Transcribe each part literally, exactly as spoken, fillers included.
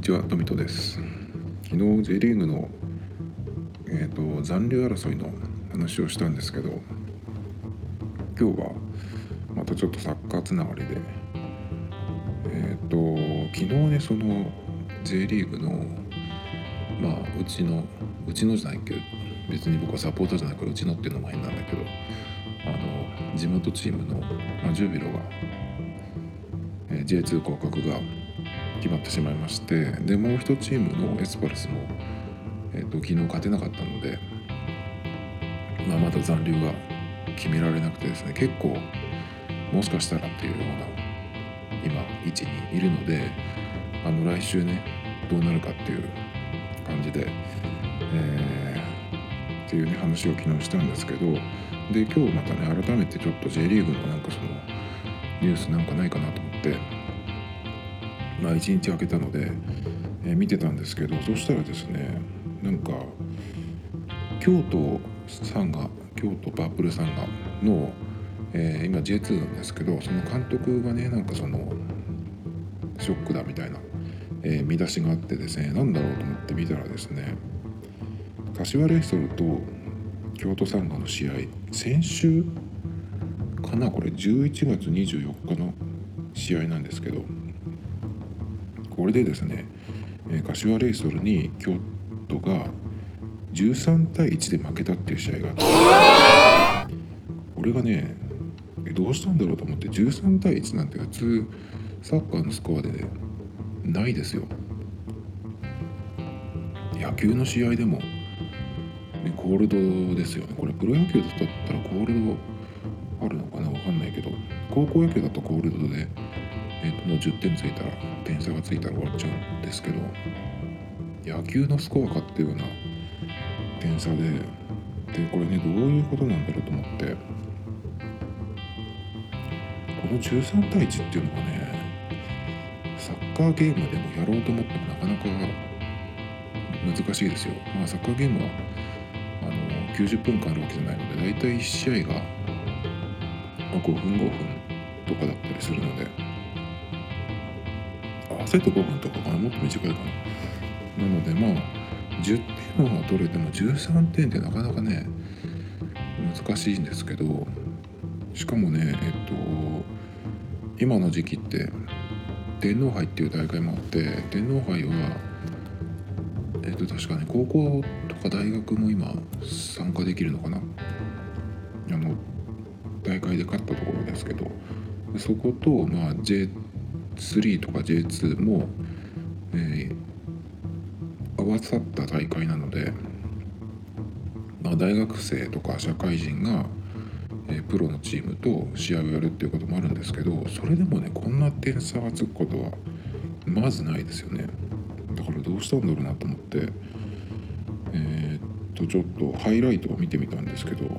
ちは、トミトです。昨日 J リーグの、えー、と残留争いの話をしたんですけど、今日はまたちょっとサッカーつながりで、えー、と昨日ねその J リーグのまあうちのうちのじゃないけど、別に僕はサポーターじゃないからうちのっていうのも変なんだけど、あの地元チームの、まあ、ジュビロが、えー、ジェイツー 降格が決まってしまいまして、でもう一チームのエスパルスも、えー、と昨日勝てなかったので、まあ、まだ残留が決められなくてですね、結構もしかしたらっていうような今位置にいるので、あの来週ねどうなるかっていう感じで、えー、っていうね話を昨日したんですけど、で今日またね改めてちょっと J リーグのなんかそのニュースなんかないかなと思って、まあいちにち空けたので、えー、見てたんですけど、そしたらですね、なんか京都サンガ京都パープルサンガの、えー、今 ジェイツー なんですけど、その監督がねなんかそのショックだみたいな、えー、見出しがあってですね、なんだろうと思って見たらですね、柏レイソルと京都サンガの試合、先週かな、これじゅういちがつにじゅうよっかの試合なんですけど、これでですね、えー、柏レイソルに京都がじゅうさんたいいちで負けたっていう試合があって、これがねどうしたんだろうと思って、じゅうさんたいいちなんて普通サッカーのスコアで、ね、ないですよ。野球の試合でも、ね、コールドですよね。これプロ野球だったらコールドあるのかな、わかんないけど、高校野球だとコールドで、えー、ともうじゅってんついたら点差がついたら終わっちゃうんですけど、野球のスコアかっていうような点差で、でこれねどういうことなんだろうと思って、このじゅうさんたいいちっていうのがね、サッカーゲームでもやろうと思ってもなかなか難しいですよ。まあサッカーゲームはあのきゅうじゅっぷんかんあるわけじゃないので、だいたいいち試合が、まあ、ごふんごふんとかだったりするので、合わせてごふんとかかな、もっと短いかな。なのでまあじゅってんは取れてもじゅうさんてんってなかなかね難しいんですけど、しかもねえっと今の時期って天皇杯っていう大会もあって、天皇杯はえっと確かね高校とか大学も今参加できるのかな、あの大会で勝ったところですけど、そこと、まあ、ジェイスリー とか ジェイツー も、えー、合わさった大会なので、まあ、大学生とか社会人が、えー、プロのチームと試合をやるっていうこともあるんですけど、それでもねこんな点差がつくことはまずないですよね。だからどうしたんだろうなと思って、えー、っとちょっとハイライトを見てみたんですけど、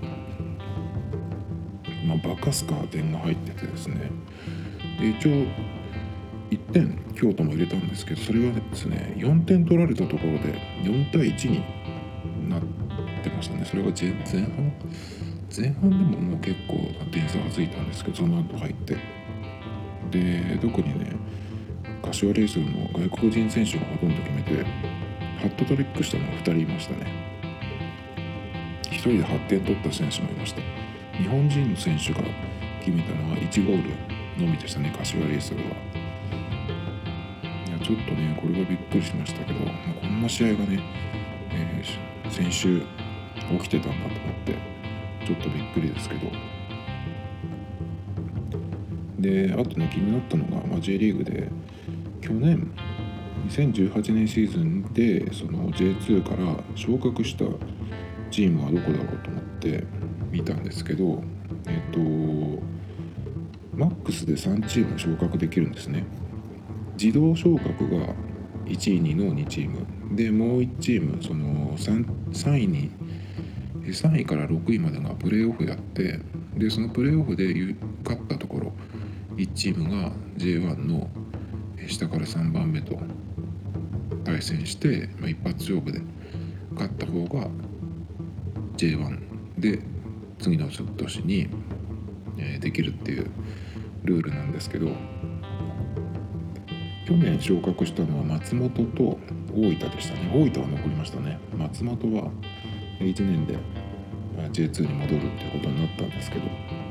まあ、バカスカ点が入っててですね、で一応いってん京都も入れたんですけど、それはですねよんてん取られたところでよんたいいちになってましたね。それが前半前半でももう結構な点差がついたんですけど、その後入って、で特にね柏レイソルの外国人選手がほとんど決めて、ハットトリックしたのがふたりいましたね。ひとりではってん取った選手もいました。日本人の選手が決めたのはいちゴールのみでしたね、柏レイソルは。いやちょっとねこれはびっくりしましたけど、まあ、こんな試合がね、えー、先週起きてたんだと思ってちょっとびっくりですけど、であとね気になったのが、まあ、J リーグで去年にせんじゅうはちねんシーズンでその ジェイツー から昇格したチームはどこだろうと思って見たんですけど、えっとマックスでさんチーム昇格できるんですね。自動昇格がいちいにのにチームで、もういちチームその 3, さんいにさんいからろくいまでがプレーオフやって、でそのプレーオフで勝ったところいちチームが ジェイワン の下からさんばんめと対戦して、まあ、一発勝負で勝った方が ジェイワン で次の年に、えー、できるっていうルールなんですけど、 去年昇格したのは松本と大分でしたね。大分は残りましたね。松本はいちねんで ジェイツー に戻るっていうことになったんですけど、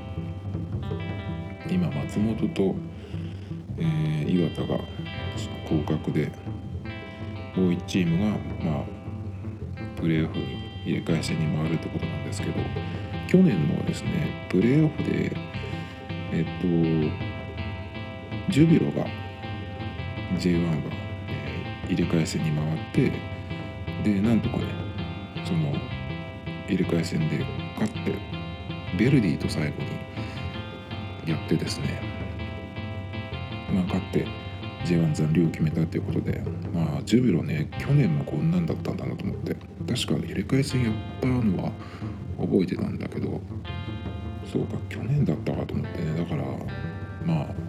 今松本と、えー、岩田が降格で、もういちチームが、まあ、プレーオフに入れ替え戦に回るってことなんですけど、去年のですねプレーオフでえっとジュビロが ジェイワン が、えー、入れ替え戦に回って、でなんとかねその入れ替え戦で勝ってベルディと最後にやってですね、まあ勝って ジェイワン 残留を決めたということで、まあジュビロね去年もこんなんだったんだなと思って、確か入れ替え戦やったのは覚えてたんだけど、そうか去年だったかと思ってね。だからまあ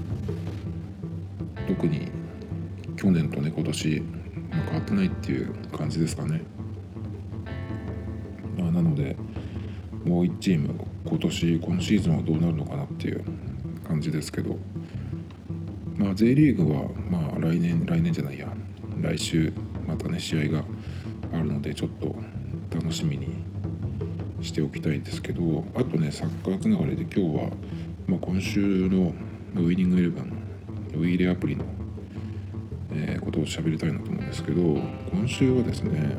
特に去年とね今年、まあ、変わってないっていう感じですかね。まあ、なのでもういちチーム今年今シーズンはどうなるのかなっていう感じですけど、まあ J リーグはまあ来年来年じゃないや来週またね試合があるのでちょっと楽しみにしておきたいですけど、あとねサッカーつながりで今日は、まあ、今週のウイニングイレブンウィーレアプリの、えー、ことを喋りたいなと思うんですけど、今週はですね、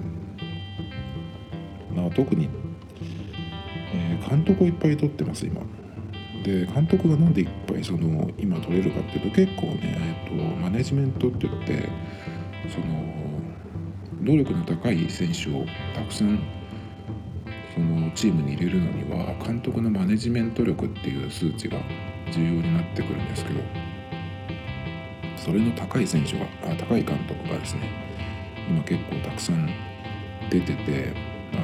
まあ、特に、えー、監督をいっぱい取ってます今で。監督がなんでいっぱいその今取れるかっていうと、結構ね、えー、とマネジメントって言ってその能力の高い選手をたくさんそのチームに入れるのには監督のマネジメント力っていう数値が重要になってくるんですけど、それの高い選手があ高い監督がですね今結構たくさん出てて、あの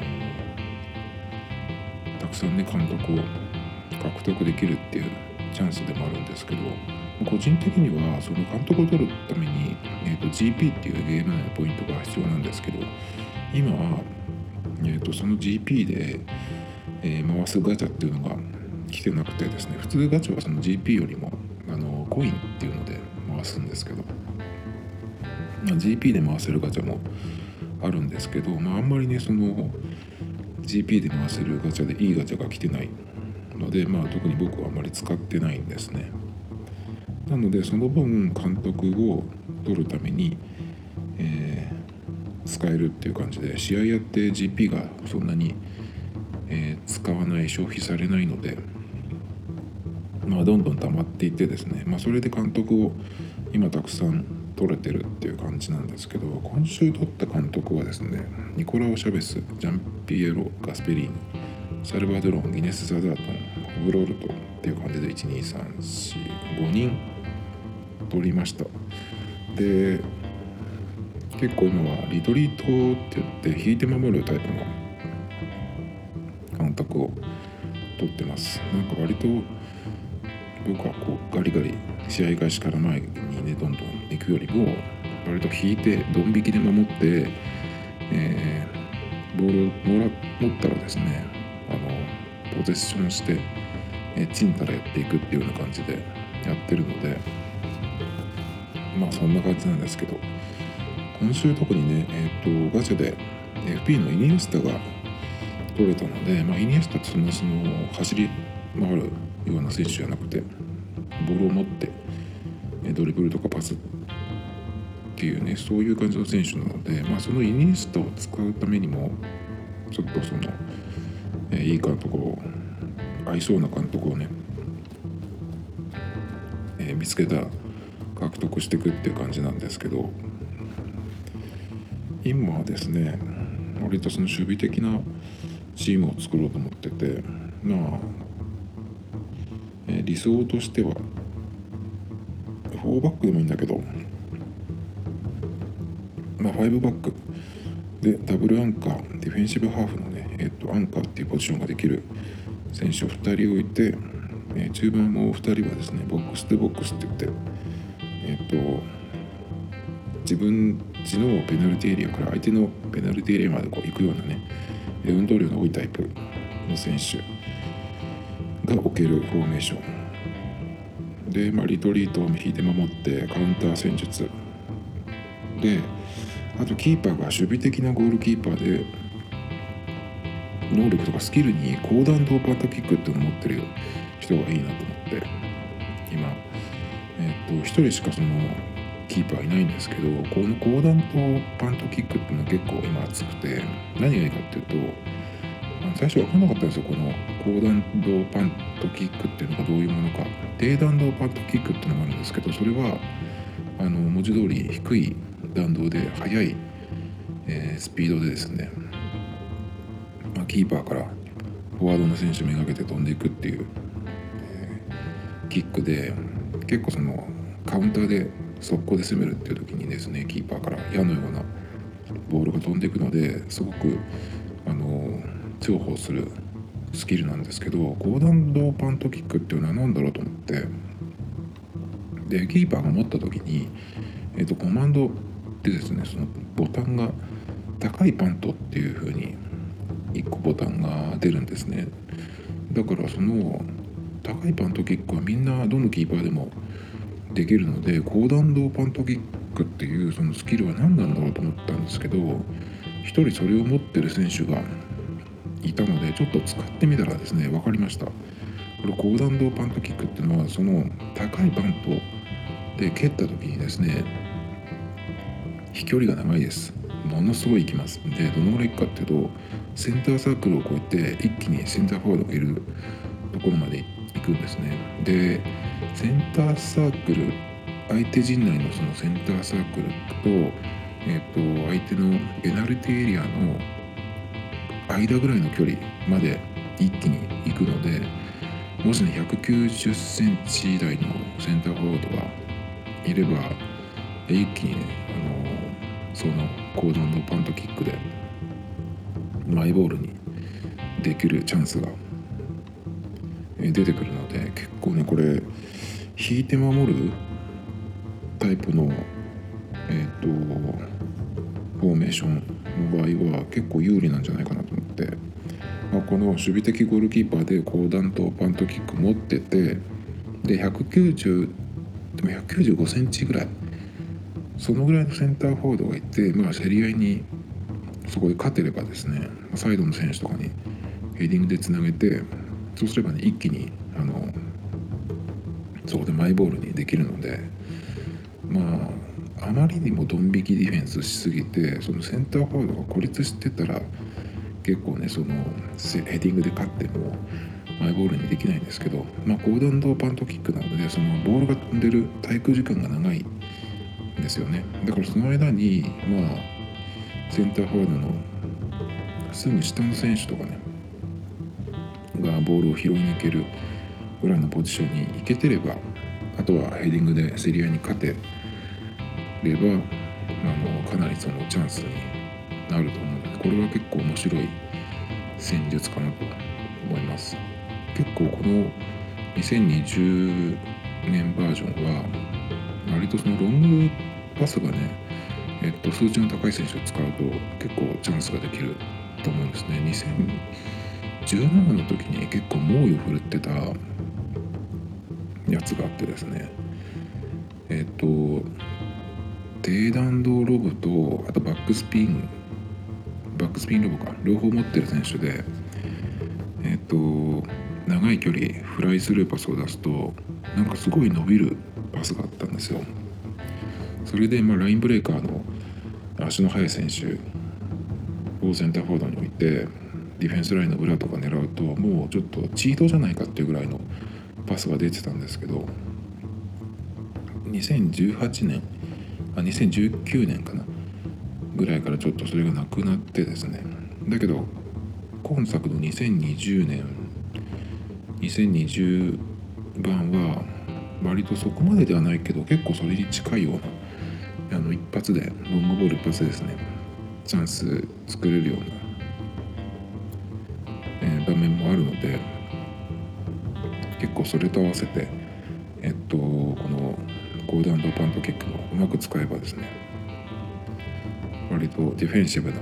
ー、たくさんね監督を獲得できるっていうチャンスでもあるんですけど、個人的にはその監督を取るために、えー、と ジーピー っていうゲーム内のポイントが必要なんですけど、今は、えー、とその ジーピー で、えー、回すガチャっていうのが来てなくてですね、普通ガチャはその ジーピー よりもあのコインっていうので回すんですけど、まあ、ジーピー で回せるガチャもあるんですけど、まあ、あんまりねその ジーピー で回せるガチャでいいガチャが来てないので、まあ、特に僕はあんまり使ってないんですね。なのでその分監督を取るために、えー、使えるっていう感じで、試合やって ジーピー がそんなに、えー、使わない消費されないので、まあ、どんどん溜まっていってですね、まあ、それで監督を今たくさん取れてるっていう感じなんですけど、今週取った監督はですねニコラオ・シャベス、ジャンピエロ・ガスペリーニ、サルバドロン、ギネス・ザダートン、オブロルトっていう感じでいち、に、さん、よん、ごにん取りました。で結構今はリトリートって言って引いて守るタイプの監督を取ってます。なんか割と僕はこうガリガリ試合開始から前にねどんどん行くよりも割と引いてドン引きで守って、えー、ボールをもら持ったらですねあのポゼッションして、えー、チンタラやっていくっていうような感じでやってるので、まあそんな感じなんですけど、今週特にね、えー、とガチャで エフピー のイニエスタが取れたので、まあ、イニエスタってそんなその走り回るような選手じゃなくてボールを持ってドリブルとかパスっていうねそういう感じの選手なので、まあ、そのイニエスタを使うためにもちょっとその、えー、いい監督を合いそうな監督をね、えー、見つけた獲得していくっていう感じなんですけど、今はですね割とその守備的なチームを作ろうと思ってて、まあ、えー、理想としてはフォーバックでもいいんだけど、まあ、ファイブバックでダブルアンカー、ディフェンシブハーフのね、えー、とアンカーっていうポジションができる選手をふたり置いて、えー、中盤もふたりはですねボックス2ボックスって言って、えー、と自分自のペナルティーエリアから相手のペナルティーエリアまでこう行くようなね運動量の多いタイプの選手が置けるフォーメーションで、まあ、リトリートを引いて守ってカウンター戦術で、あとキーパーが守備的なゴールキーパーで能力とかスキルに高弾道パントキックっていうのを持ってる人がいいなと思って今、えっと、一人しかそのキーパーいないんですけど、この高弾道パントキックっていうのは結構今熱くて、何がいいかっていうと、最初分かんなかったんですよ、この高弾道パントキックっていうのがどういうものか。低弾道パントキックっていうのがあるんですけど、それはあの文字通り低い弾道で速い、えー、スピードでですね、まあ、キーパーからフォワードの選手めがけて飛んでいくっていう、えー、キックで、結構そのカウンターで速攻で攻めるっていう時にですね、キーパーから矢のようなボールが飛んでいくので、すごくあの重宝するスキルなんですけど、高弾道パントキックっていうのは何だろうと思って、でキーパーが持った時に、えー、とコマンドでですね、そのボタンが高いパントっていう風にいっこボタンが出るんですね。だからその高いパントキックはみんなどのキーパーでもできるので、高弾道パントキックっていうそのスキルは何なんだろうと思ったんですけど、一人それを持ってる選手がいたので、ちょっと使ってみたらですね、分かりました。これ高弾道パントキックっていうのは、その高いパントで蹴った時にですね、飛距離が長いです。ものすごい行きます。で、どのぐらい行くかっていうと、センターサークルを越えて一気にセンターフォワードがいるところまで行くんですね。で、センターサークル、相手陣内のそのセンターサークルと、えー、と相手のペナルティエリアの間ぐらいの距離まで一気に行くので、もしねひゃくきゅうじゅっセンチ台のセンターフォワードがいれば、一気にね、あのその高弾道パントキックでマイボールにできるチャンスが出てくるので、結構ねこれ引いて守るタイプのえっ、ー、とフォーメーションの場合は結構有利なんじゃないかなと思って、まあ、この守備的ゴールキーパーで高弾道パントキック持ってて、でひゃくきゅうじゅうでもひゃくきゅうじゅうごセンチぐらい、そのぐらいのセンターフォワードがいて、まあ、競り合いにそこで勝てればですね、サイドの選手とかにヘディングでつなげて、そうすればね一気にあのそこでマイボールにできるので、まああまりにもドン引きディフェンスしすぎて、そのセンターフォワードが孤立してたら結構ねそのヘディングで勝ってもマイボールにできないんですけど、まあ高弾道パントキックなので、そのボールが飛んでる滞空時間が長いんですよね。だからその間にまあセンターフォワードのすぐ下の選手とかねがボールを拾いに行けるぐらいのポジションに行けてれば、あとはヘディングで競り合いに勝てれば、あのかなりそのチャンスになると思うので、これは結構面白い戦術かなと思います。結構このにせんにじゅうねんバージョンは割とそのロングパスがね、えっと、数値の高い選手を使うと結構チャンスができると思うんですね。にせんじゅうななの時に結構猛威を振るってたやつがあってですね、えっと低弾道ロブと、あとバックスピンバックスピンロブか両方持ってる選手で、えっと長い距離フライスルーパスを出すとなんかすごい伸びるパスがあったんですよ。それでまあラインブレーカーの足の速い選手をセンターフォワードに置いてディフェンスラインの裏とか狙うと、もうちょっとチートじゃないかっていうぐらいのパスが出てたんですけど、にせんじゅうはちねんあにせんじゅうきゅうねんかなぐらいからちょっとそれがなくなってですね、だけど今作のにせんにじゅうねんにせんにじゅう版は割とそこまでではないけど、結構それに近いようなあの一発でロングボール一発ですねチャンス作れるような、えー、場面もあるので、結構それと合わせてえっとこの高弾道パントキックもうまく使えばですね、割とディフェンシブな、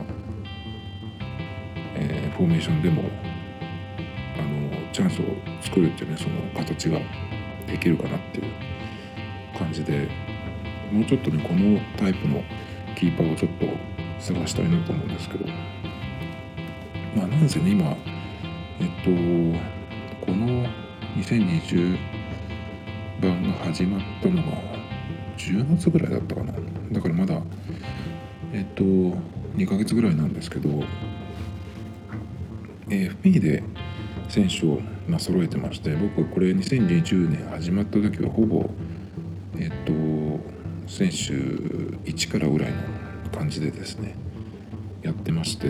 えー、フォーメーションでもあのチャンスを作るっていうね、その形ができるかなっていう感じで、もうちょっとねこのタイプのキーパーをちょっと探したいなと思うんですけど、まあなんせね今えっとこのにせんにじゅうばんが始まったのがじゅうがつぐらいだったかな。だからまだえっとにかげつぐらいなんですけど、 エーエフピー で選手をまあ揃えてまして、僕これにせんにじゅうねん始まった時はほぼえっと選手いちからぐらいの感じでですねやってまして、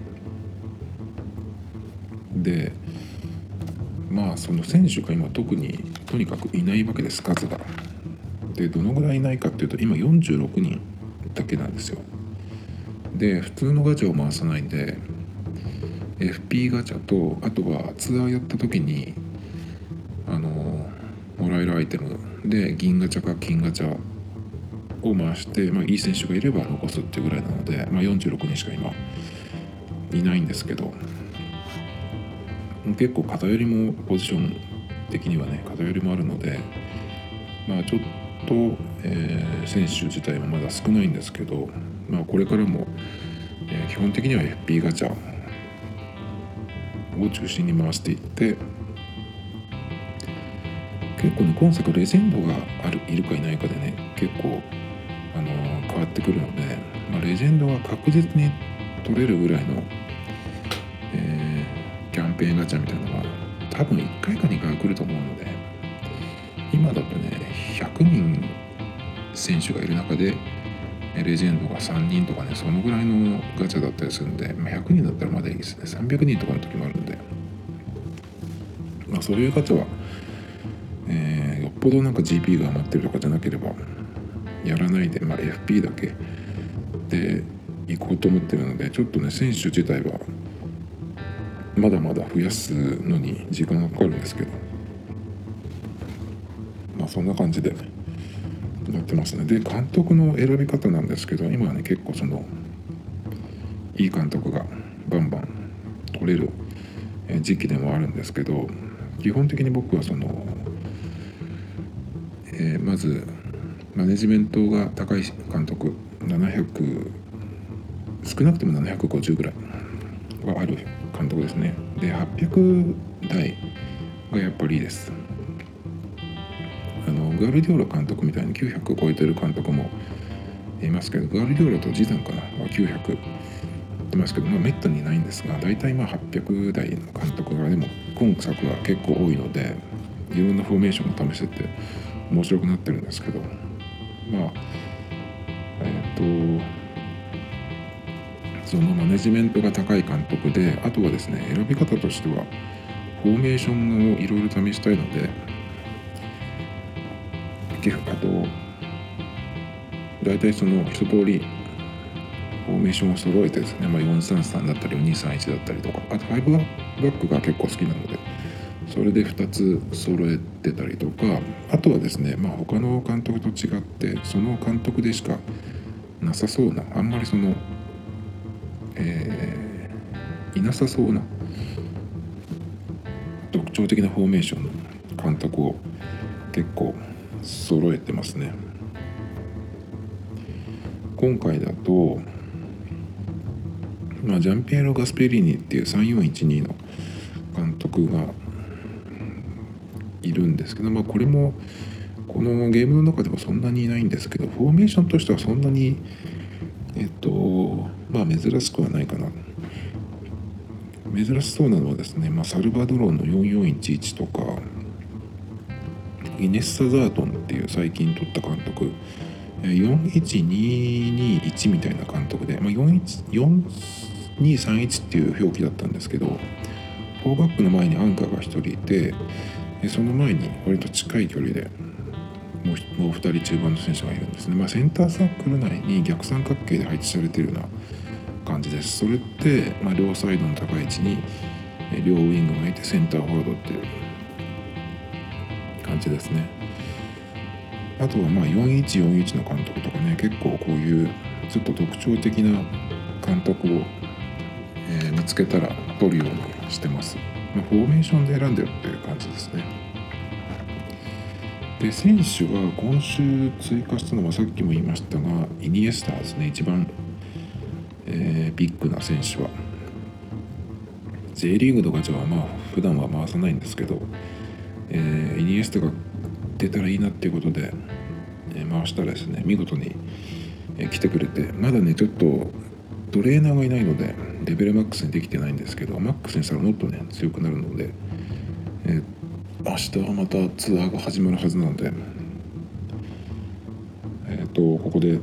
でまあその選手が今特にとにかくいないわけです、数が。でどのぐらいいないかっていうと今よんじゅうろくにんだけなんですよ。で普通のガチャを回さないんで エフピー ガチャと、あとはツアーやった時にあのもらえるアイテムで銀ガチャか金ガチャを回して、まあ、いい選手がいれば残すっていうぐらいなので、まあ、よんじゅうろくにんしか今いないんですけど、結構偏りもポジション的にはね偏りもあるので、まあちょっと、えー、選手自体はまだ少ないんですけど、まあこれからも、えー、基本的には エフピー ガチャを中心に回していって、結構ね今作レジェンドがあるいるかいないかでね結構、あのー、変わってくるので、まあ、レジェンドが確実に取れるぐらいの、えー、キャンペーンガチャみたいなのが多分いっかいかにかいは来ると思うので、今だとねひゃくにん選手がいる中でレジェンドがさんにんとかね、そのぐらいのガチャだったりするんで、まあ、ひゃくにんだったらまだいいですね。さんびゃくにんとかの時もあるんで、まあ、そういうガチャは、えー、よっぽどなんか ジーピー が余ってるとかじゃなければやらないで、まあ、エフピー だけで行こうと思ってるので、ちょっとね選手自体はまだまだ増やすのに時間がかかるんですけど、まあそんな感じでやってますね。で監督の選び方なんですけど、今はね結構そのいい監督がバンバン取れる時期でもあるんですけど、基本的に僕はその、えー、まずマネジメントが高い監督ななひゃく、少なくてもななひゃくごじゅうぐらいはある監督ですね。ではっぴゃくだいがやっぱりいいです。あのガルディオラ監督みたいにきゅうひゃく超えてる監督もいますけど、ガルディオラとジダンかなはきゅうひゃくいってますけど、まあめったにないんですが、大体まあはっぴゃくだいの監督がでも今作は結構多いので、いろんなフォーメーションを試してて面白くなってるんですけど、まあえっ、ー、とそのマネジメントが高い監督で、あとはですね選び方としてはフォーメーションをいろいろ試したいので、あと大体その一通りフォーメーションを揃えてですね、まあ、よんさんさんだったりよにさんいちだったりとか、あとごバックが結構好きなのでそれでふたつ揃えてたりとか、あとはですね、まあ、他の監督と違ってその監督でしかなさそうな、あんまりその、えー、いなさそうな特徴的なフォーメーションの監督を結構揃えてますね。今回だと、まあ、ジャンピエロ・ガスペリーニっていうさんよんいちにの監督がいるんですけど、まあ、これもこのゲームの中でもそんなにいないんですけど、フォーメーションとしてはそんなにえっとまあ珍しくはないかな。珍しそうなのはですね、まあ、サルバドロンのよんよんいちいちとかイネッサ・ザートンっていう最近取った監督よんいちににいちみたいな監督で、まあ、よんにさんいちっていう表記だったんですけど、フォーバックの前にアンカーがひとりいて、その前に割と近い距離でもうもうふたり中盤の選手がいるんですね。まあ、センターサークル内に逆三角形で配置されているような感じです。それって、まあ、両サイドの高い位置に両ウイングがいてセンターフォワードっていう感じですね。あとはまあよんいちよんいちの監督とかね、結構こういうちょっと特徴的な監督を、えー、見つけたら取るようにしてます。まあ、フォーメーションで選んでるっていう感じですね。 で選手は今週追加したのはさっきも言いましたがイニエスタですね。一番、えー、ビッグな選手は J リーグのガチャはまあ普段は回さないんですけど、えー、イニエスタが出たらいいなっていうことで、えー、回したらですね見事に、えー、来てくれて、まだねちょっとトレーナーがいないのでレベルマックスにできてないんですけど、マックスにしたらもっとね強くなるので、えー、明日はまたツアーが始まるはずなので、えー、とここで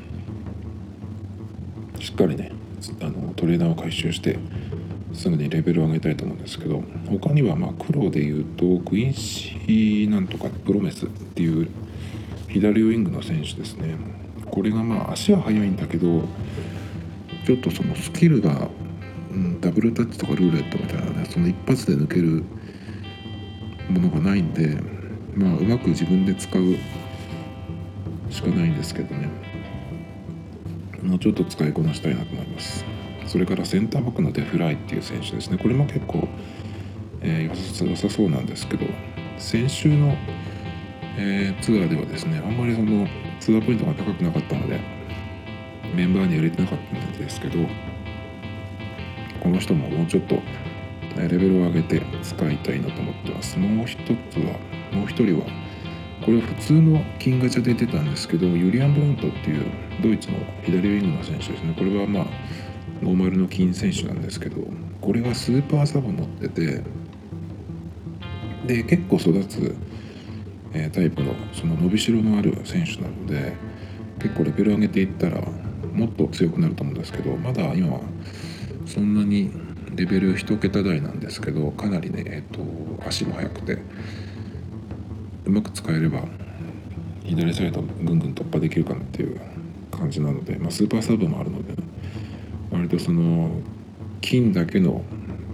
しっかりねあのトレーナーを回収してすぐにレベルを上げたいと思うんですけど、他にはまあ黒でいうとクインシーなんとかプロメスっていう左ウイングの選手ですね。これがまあ足は速いんだけどちょっとそのスキルが、うん、ダブルタッチとかルーレットみたいなねその一発で抜けるものがないんで、まあうまく自分で使うしかないんですけどね、もうちょっと使いこなしたいなと思います。それからセンターバックのデフライっていう選手ですね。これも結構、えー、良さ、良さそうなんですけど、先週の、えー、ツアーではですねあんまりそのツアーポイントが高くなかったのでメンバーに入れてなかったんですけど、この人ももうちょっとレベルを上げて使いたいなと思ってます。もう一つはもう一人はこれは普通の金ガチャで出たんですけど、ユリアン・ブラントっていうドイツの左ウイングの選手ですね。これはまあノーマルの金選手なんですけど、これがスーパーサブ持ってて、で結構育つ、えー、タイプのその伸びしろのある選手なので、結構レベル上げていったらもっと強くなると思うんですけど、まだ今はそんなにレベル一桁台なんですけど、かなりね、えー、と足も速くてうまく使えれば左サイドぐんぐん突破できるかなっていう感じなので、まあ、スーパーサブもあるので、ね、割とその金だけの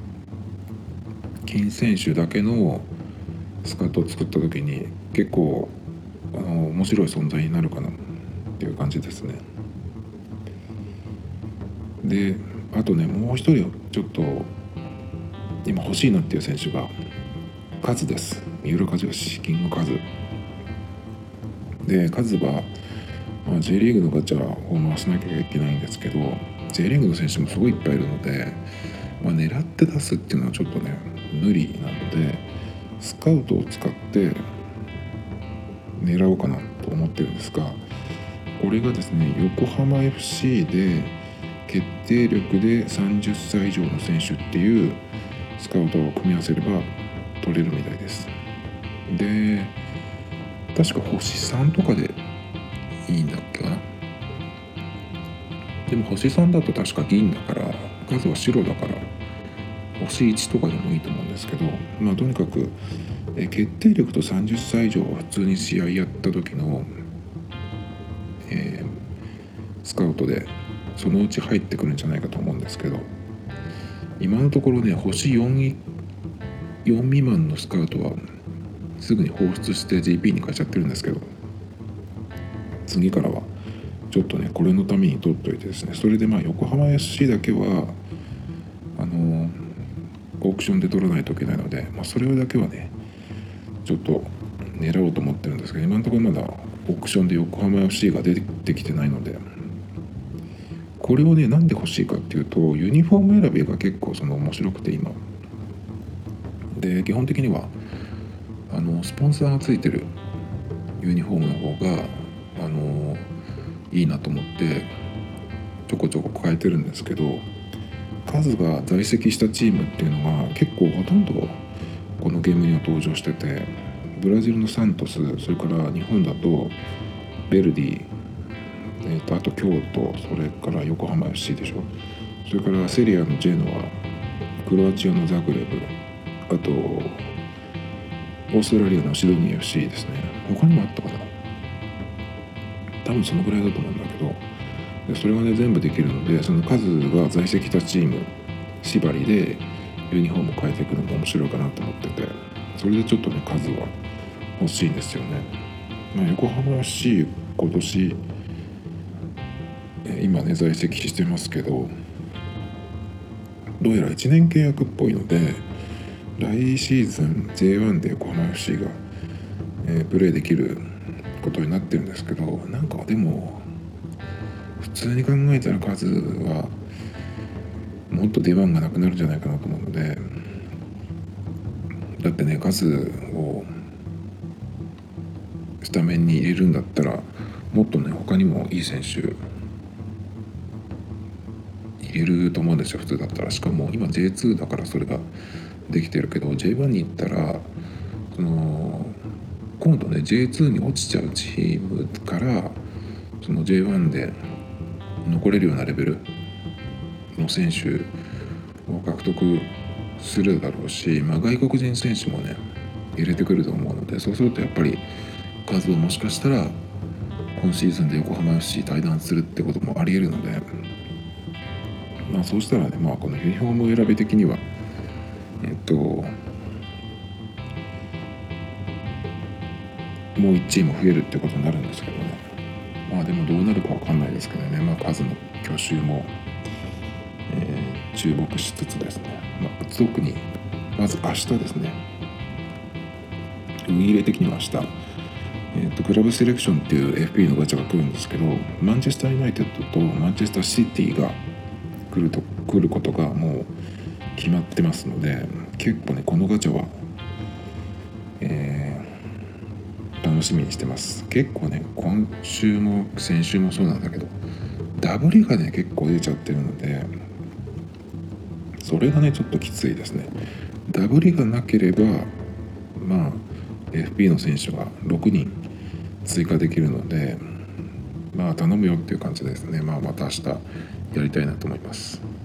金選手だけのスカートを作った時に結構あの面白い存在になるかなっていう感じですね。であとねもう一人ちょっと今欲しいなっていう選手がカズです。三浦知良キングカズで、カズは、まあ、J リーグのガチャを回しなきゃいけないんですけど J リーグの選手もすごいいっぱいいるので、まあ、狙って出すっていうのはちょっとね無理なのでスカウトを使って狙おうかなと思ってるんですが、これがですね横浜 エフシー で決定力でさんじゅっさい以上の選手っていうスカウトを組み合わせれば取れるみたいです。で確か星さんとかでいいんだっけかな。でも星さんだと確か銀だから数は白だから星いちとかでもいいと思うんですけど、まあとにかくえ決定力とさんじゅっさい以上は普通に試合やった時の、えー、スカウトでそのうち入ってくるんじゃないかと思うんですけど、今のところね星 よん, よん未満のスカウトはすぐに放出して ジーピー に変えちゃってるんですけど、次からはちょっとねこれのために取っといてですね、それでまあ横浜 エフシー だけはあのー、オークションで取らないといけないので、まあ、それだけはねちょっと狙おうと思ってるんですけど、今のところまだオークションで横浜 エフシー が出てきてないので、これをねなんで欲しいかっていうとユニフォーム選びが結構その面白くて今で、基本的にはあのスポンサーがついてるユニフォームの方があのいいなと思ってちょこちょこ変えてるんですけど、数が在籍したチームっていうのが結構ほとんどこのゲームには登場してて、ブラジルのサントス、それから日本だとベルディ、えー、とあと京都、それから横浜 エフシー でしょ、それからセリアのジェノア、クロアチアのザグレブ、あとオーストラリアのシドニー エフシー ですね。他にもあったかな、多分そのぐらいだと思うんだけど、でそれがね全部できるので、その数が在籍したチーム縛りでユニフォームを変えていくのも面白いかなと思ってて、それでちょっとね数は欲しいんですよね。まあ、横浜 エフシー 今年今ね在籍してますけど、どうやらいちねん契約っぽいので来シーズン ジェイワン で横浜 エフシー が、 えー、プレーできることになってるんですけど、なんかでも普通に考えたら数はもっと出番がなくなるんじゃないかなと思うので、だってね、数をスタメンに入れるんだったらもっとね他にもいい選手入れると思うんですよ、普通だったら。しかも今 ジェイツー だからそれができてるけど、 ジェイワン に行ったらその今度ね ジェイツー に落ちちゃうチームからその ジェイワン で残れるようなレベルの選手を獲得するだろうし、まあ、外国人選手もね入れてくると思うので、そうするとやっぱり数をもしかしたら今シーズンで横浜 エフシー 退団するってこともありえるので、まあそうしたらね、まあこのユニフォーム選び的にはえっともういちチーム増えるってことになるんですけどね。まあでもどうなるかわかんないですけどね、まあ数の去就も、えー、注目しつつですね、まあ、特にまず明日ですね、運入れ的には明日、えーと、クラブセレクションっていう エフピー のガチャが来るんですけど、マンチェスターユナイテッドとマンチェスターシティが来ると来ることがもう決まってますので、結構ねこのガチャは、えー、楽しみにしてます。結構ね今週も先週もそうなんだけどダブリがね結構出ちゃってるので、それがねちょっときついですね。ダブリがなければまあ エフピー の選手がろくにん追加できるので、まあ頼むよっていう感じですね。まあまた明日やりたいなと思います。